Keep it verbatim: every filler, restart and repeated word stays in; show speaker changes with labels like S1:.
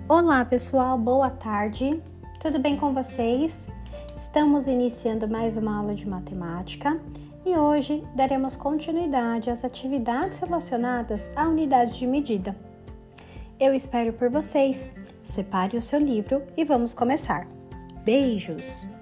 S1: Olá pessoal, boa tarde, tudo bem com vocês? Estamos iniciando mais uma aula de matemática e hoje daremos continuidade às atividades relacionadas a unidades de medida. Eu espero por vocês, separe o seu livro e vamos começar. Beijos!